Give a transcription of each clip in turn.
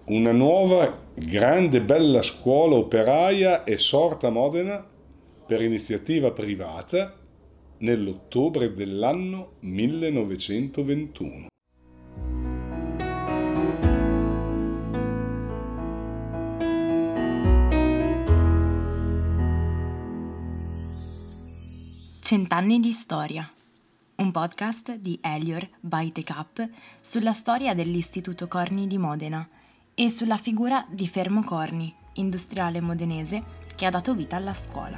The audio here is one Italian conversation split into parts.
Una nuova grande bella scuola operaia è sorta a Modena per iniziativa privata nell'ottobre dell'anno 1921. Cent'anni di storia, un podcast di Elior by The Cap sulla storia dell'Istituto Corni di Modena e sulla figura di Fermo Corni, industriale modenese che ha dato vita alla scuola.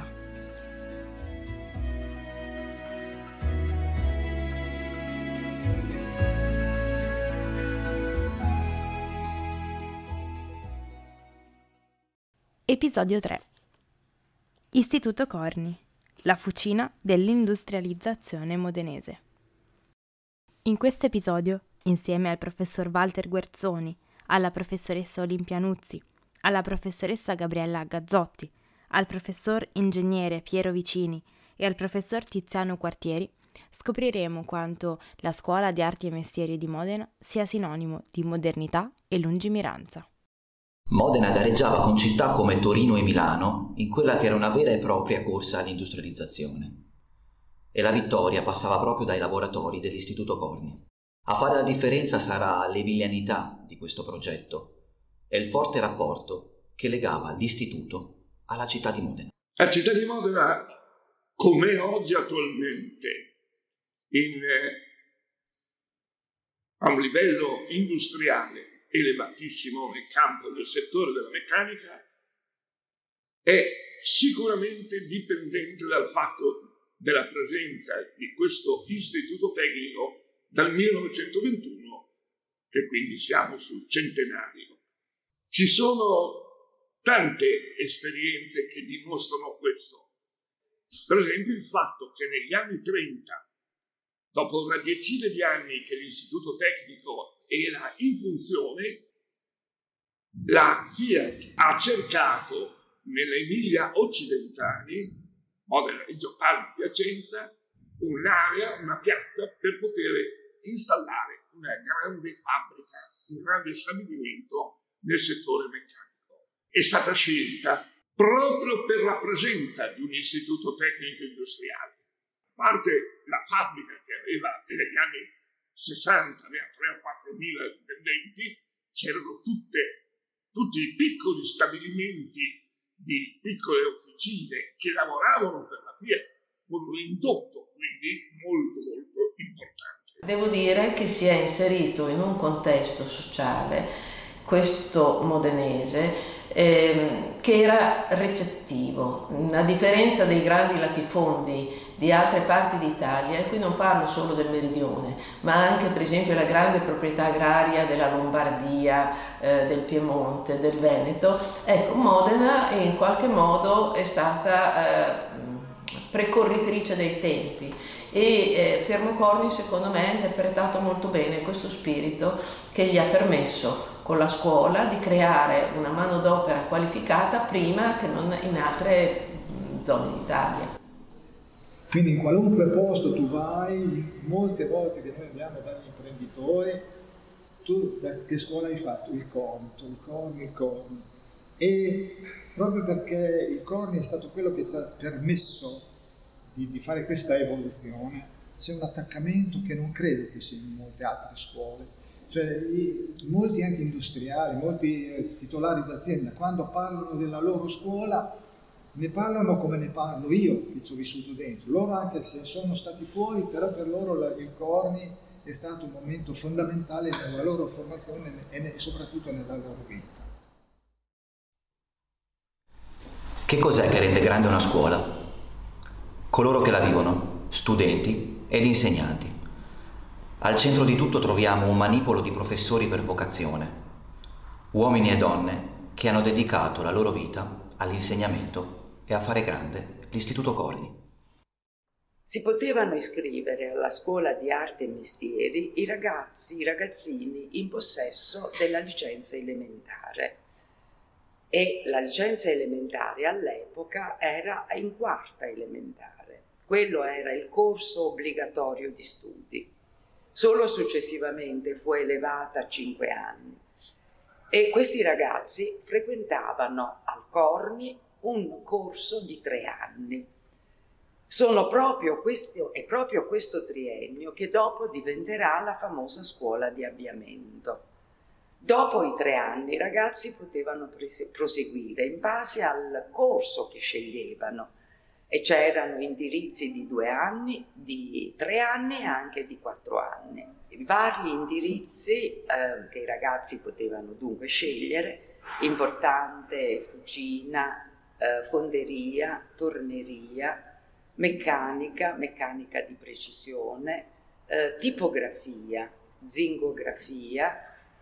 Episodio 3. Istituto Corni, la fucina dell'industrializzazione modenese. In questo episodio, insieme al professor Walter Guerzoni, alla professoressa Olimpia Nuzzi, alla professoressa Gabriella Gazzotti, al professor ingegnere Piero Vicini e al professor Tiziano Quartieri, scopriremo quanto la Scuola di Arti e Mestieri di Modena sia sinonimo di modernità e lungimiranza. Modena gareggiava con città come Torino e Milano in quella che era una vera e propria corsa all'industrializzazione. E la vittoria passava proprio dai lavoratori dell'Istituto Corni. A fare la differenza sarà l'emilianità di questo progetto e il forte rapporto che legava l'istituto alla città di Modena. La città di Modena, come oggi attualmente, a un livello industriale elevatissimo nel campo del settore della meccanica, è sicuramente dipendente dal fatto della presenza di questo istituto tecnico dal 1921, che quindi siamo sul centenario. Ci sono tante esperienze che dimostrano questo. Per esempio il fatto che negli anni 30, dopo una decina di anni che l'istituto tecnico era in funzione, la Fiat ha cercato nelle Emilia occidentali, Modena, Reggio Calabria, Piacenza, un'area, una piazza per poter installare una grande fabbrica, un grande stabilimento nel settore meccanico. È stata scelta proprio per la presenza di un istituto tecnico industriale. A parte la fabbrica che aveva negli anni 60, aveva 3 o 4 mila dipendenti, c'erano tutti i piccoli stabilimenti di piccole officine che lavoravano per la Fiat, con un indotto quindi molto importante. Devo dire che si è inserito in un contesto sociale, questo modenese, che era recettivo, a differenza dei grandi latifondi di altre parti d'Italia, e qui non parlo solo del meridione, ma anche per esempio la grande proprietà agraria della Lombardia, del Piemonte, del Veneto. Ecco, Modena in qualche modo è stata precorritrice dei tempi e Fermo Corni secondo me ha interpretato molto bene questo spirito che gli ha permesso con la scuola di creare una manodopera qualificata prima che non in altre zone d'Italia. Quindi in qualunque posto tu vai, molte volte che noi andiamo dagli imprenditori, tu che scuola hai fatto? Il Corni. E proprio perché il Corni è stato quello che ci ha permesso di fare questa evoluzione, c'è un attaccamento che non credo che sia in molte altre scuole. Cioè, molti anche industriali, molti titolari d'azienda, quando parlano della loro scuola, ne parlano come ne parlo io, che ci ho vissuto dentro. Loro, anche se sono stati fuori, però per loro il Corni è stato un momento fondamentale nella loro formazione e soprattutto nella loro vita. Che cos'è che rende grande una scuola? Coloro che la vivono, studenti ed insegnanti. Al centro di tutto troviamo un manipolo di professori per vocazione, uomini e donne che hanno dedicato la loro vita all'insegnamento e a fare grande l'Istituto Corni. Si potevano iscrivere alla Scuola di Arte e Mestieri i ragazzini in possesso della licenza elementare. E la licenza elementare all'epoca era in quarta elementare. Quello era il corso obbligatorio di studi. Solo successivamente fu elevata a 5 anni. E questi ragazzi frequentavano al Corni un corso di 3 anni. È proprio questo triennio che dopo diventerà la famosa scuola di avviamento. Dopo i 3 anni i ragazzi potevano proseguire in base al corso che sceglievano e c'erano indirizzi di 2 anni, di 3 anni e anche di 4 anni. Vari indirizzi che i ragazzi potevano dunque scegliere, importante fucina, fonderia, torneria, meccanica di precisione, tipografia, zingografia,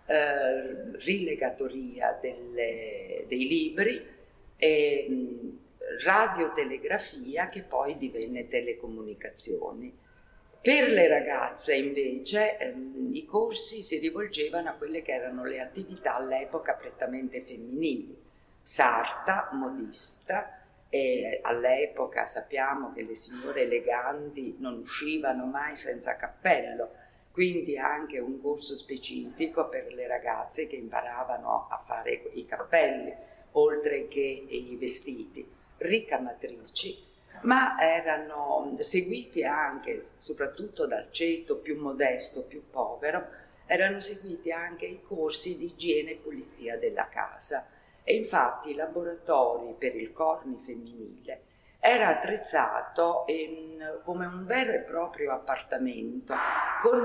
rilegatoria dei libri e radiotelegrafia, che poi divenne telecomunicazioni. Per le ragazze invece i corsi si rivolgevano a quelle che erano le attività all'epoca prettamente femminili, sarta, modista, e all'epoca sappiamo che le signore eleganti non uscivano mai senza cappello, quindi anche un corso specifico per le ragazze che imparavano a fare i cappelli, oltre che i vestiti, ricamatrici, ma erano seguiti anche, soprattutto dal ceto più modesto, più povero, erano seguiti anche i corsi di igiene e pulizia della casa. E infatti il laboratorio per il Corni femminile era attrezzato come un vero e proprio appartamento, con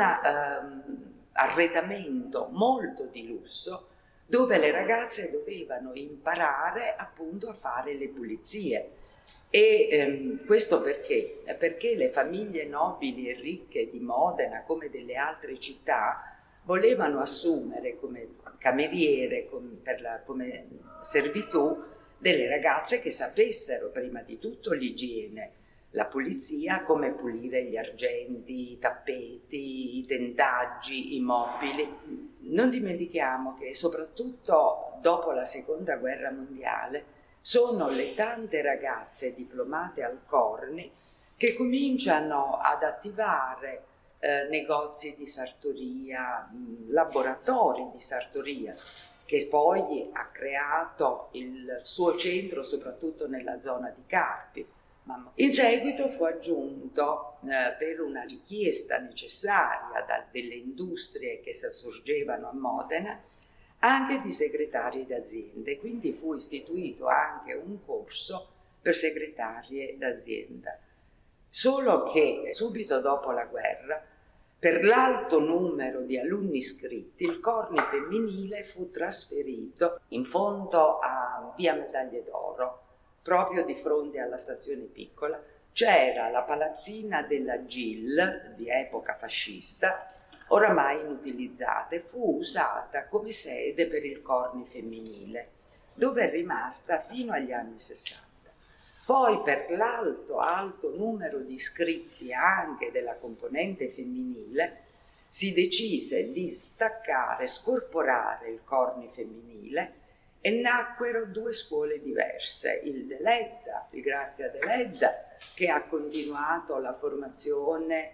arredamento molto di lusso, dove le ragazze dovevano imparare appunto a fare le pulizie. E questo perché? Perché le famiglie nobili e ricche di Modena, come delle altre città, volevano assumere come cameriere, come servitù, delle ragazze che sapessero prima di tutto l'igiene, la pulizia, come pulire gli argenti, i tappeti, i tendaggi, i mobili. Non dimentichiamo che soprattutto dopo la Seconda Guerra Mondiale sono le tante ragazze diplomate al Corni che cominciano ad attivare negozi di sartoria, laboratori di sartoria, che poi ha creato il suo centro soprattutto nella zona di Carpi. In seguito fu aggiunto, per una richiesta necessaria delle industrie che sorgevano a Modena, anche di segretarie d'aziende, quindi fu istituito anche un corso per segretarie d'azienda. Solo che subito dopo la guerra, per l'alto numero di alunni iscritti, il Corni femminile fu trasferito in fondo a via Medaglie d'Oro, proprio di fronte alla stazione piccola. C'era la palazzina della GIL di epoca fascista, oramai inutilizzata, e fu usata come sede per il Corni femminile, dove è rimasta fino agli anni 60. Poi per alto numero di iscritti anche della componente femminile si decise di staccare, scorporare il Corni femminile e nacquero 2 scuole diverse, il Deledda, il Grazia Deledda, che ha continuato la formazione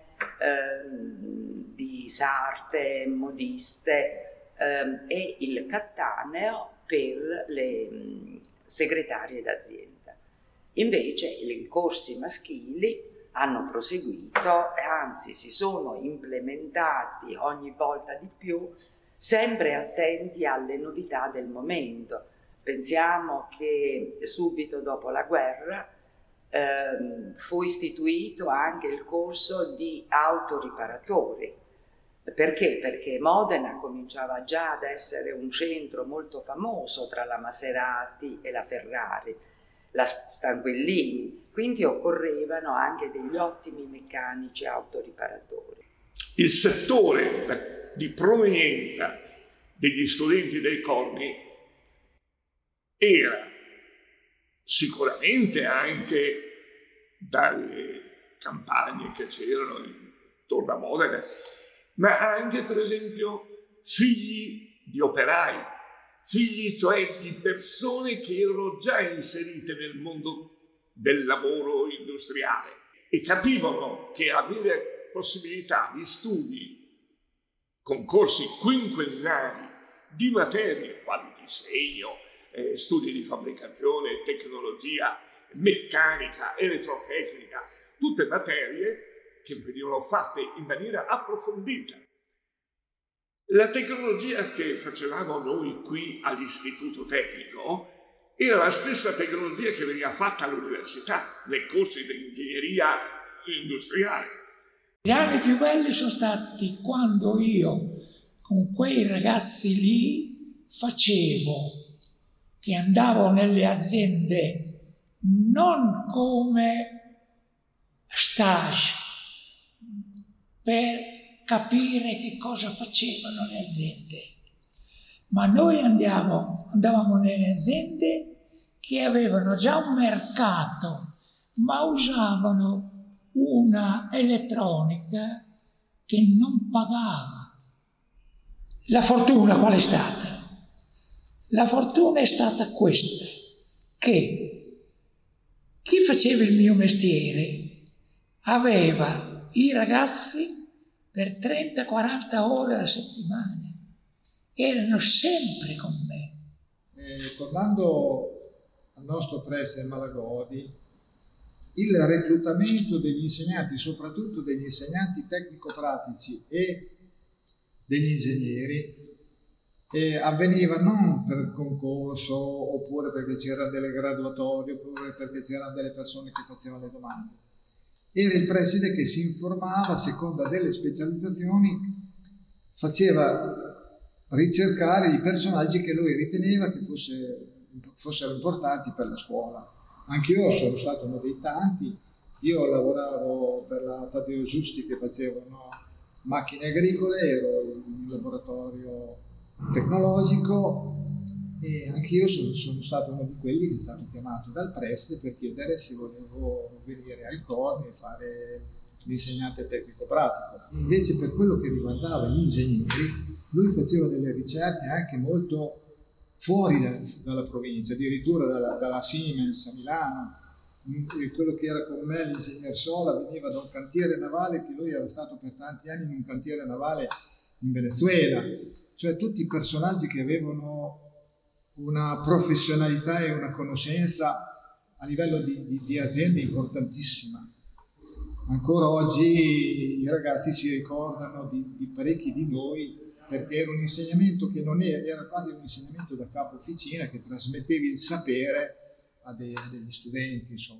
di sarte, modiste, e il Cattaneo per le segretarie d'azienda. Invece i corsi maschili hanno proseguito e anzi si sono implementati ogni volta di più, sempre attenti alle novità del momento. Pensiamo che subito dopo la guerra fu istituito anche il corso di autoriparatori. Perché? Perché Modena cominciava già ad essere un centro molto famoso tra la Maserati e la Ferrari, la Stanguellini, quindi occorrevano anche degli ottimi meccanici autoriparatori. Il settore di provenienza degli studenti del Corni era sicuramente anche dalle campagne che c'erano intorno a Modena, ma anche per esempio figli di operai, figli cioè di persone che erano già inserite nel mondo del lavoro industriale e capivano che avere possibilità di studi con corsi quinquennali di materie quali disegno, studi di fabbricazione, tecnologia, meccanica, elettrotecnica, tutte materie che venivano fatte in maniera approfondita. La tecnologia che facevamo noi qui all'Istituto Tecnico era la stessa tecnologia che veniva fatta all'università, nei corsi di ingegneria industriale. Gli anni più belli sono stati quando io con quei ragazzi lì che andavo nelle aziende non come stage, per capire che cosa facevano le aziende, ma noi andavamo nelle aziende che avevano già un mercato, ma usavano una elettronica che non pagava. La fortuna qual è stata? La fortuna è stata questa, che chi faceva il mio mestiere aveva i ragazzi per 30-40 ore alla settimana, erano sempre con me. Tornando al nostro preside Malagodi, il reclutamento degli insegnanti, soprattutto degli insegnanti tecnico-pratici e degli ingegneri, avveniva non per concorso oppure perché c'erano delle graduatorie oppure perché c'erano delle persone che facevano le domande. Era il preside che si informava a seconda delle specializzazioni, faceva ricercare i personaggi che lui riteneva che fossero importanti per la scuola. Anch'io sono stato uno dei tanti. Io lavoravo per la Taddeo Giusti che facevano macchine agricole, ero in laboratorio tecnologico e anch'io sono stato uno di quelli che è stato chiamato dal preside per chiedere se volevo venire al Corni e fare l'insegnante tecnico-pratico. Invece per quello che riguardava gli ingegneri, lui faceva delle ricerche anche molto fuori dalla provincia, addirittura dalla Siemens a Milano. Quello che era con me, l'ingegner Sola, veniva da un cantiere navale che lui era stato per tanti anni in un cantiere navale in Venezuela. Cioè tutti i personaggi che avevano una professionalità e una conoscenza a livello di aziende importantissima. Ancora oggi i ragazzi si ricordano di parecchi di noi perché era un insegnamento che non era quasi un insegnamento da capo officina, che trasmettevi il sapere a degli studenti, insomma.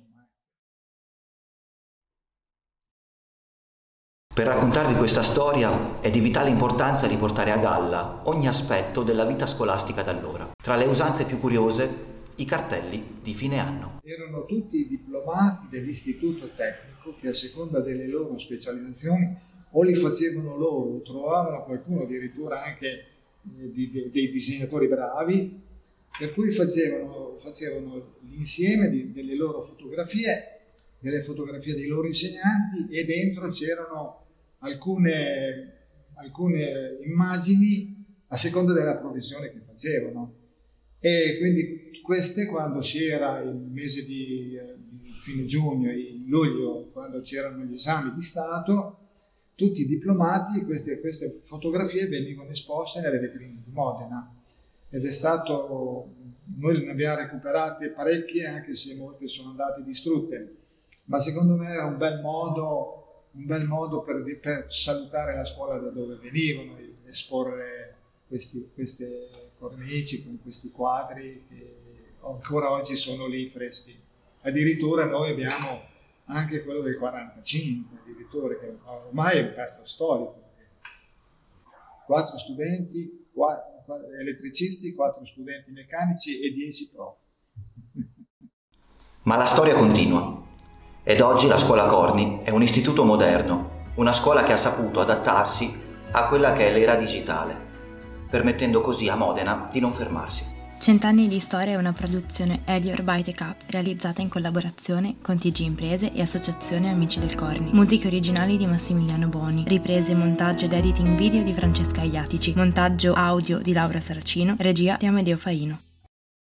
Per raccontarvi questa storia è di vitale importanza riportare a galla ogni aspetto della vita scolastica d'allora. Tra le usanze più curiose, i cartelli di fine anno. Erano tutti diplomati dell'istituto tecnico che a seconda delle loro specializzazioni o li facevano loro, o trovavano qualcuno addirittura anche dei disegnatori bravi, per cui facevano l'insieme delle loro fotografie, delle fotografie dei loro insegnanti, e dentro c'erano alcune immagini a seconda della professione che facevano. E quindi queste, quando c'era il mese di fine giugno e in luglio, quando c'erano gli esami di Stato, tutti i diplomati, queste fotografie venivano esposte nelle vetrine di Modena, ed è stato, noi ne abbiamo recuperate parecchie, anche se molte sono andate distrutte, ma secondo me era un bel modo per salutare la scuola da dove venivano, esporre queste cornici con questi quadri che ancora oggi sono lì freschi. Addirittura noi abbiamo anche quello del 45, addirittura, che ormai è un pezzo storico. 4 studenti, 4 elettricisti, 4 studenti meccanici e 10 prof. Ma la storia continua. Ed oggi la scuola Corni è un istituto moderno, una scuola che ha saputo adattarsi a quella che è l'era digitale, permettendo così a Modena di non fermarsi. 100 anni di storia è una produzione Elior by The Cup realizzata in collaborazione con TG Imprese e Associazione Amici del Corni. Musiche originali di Massimiliano Boni, riprese, montaggio ed editing video di Francesca Iatici, montaggio audio di Laura Saracino, regia di Amedeo Faino.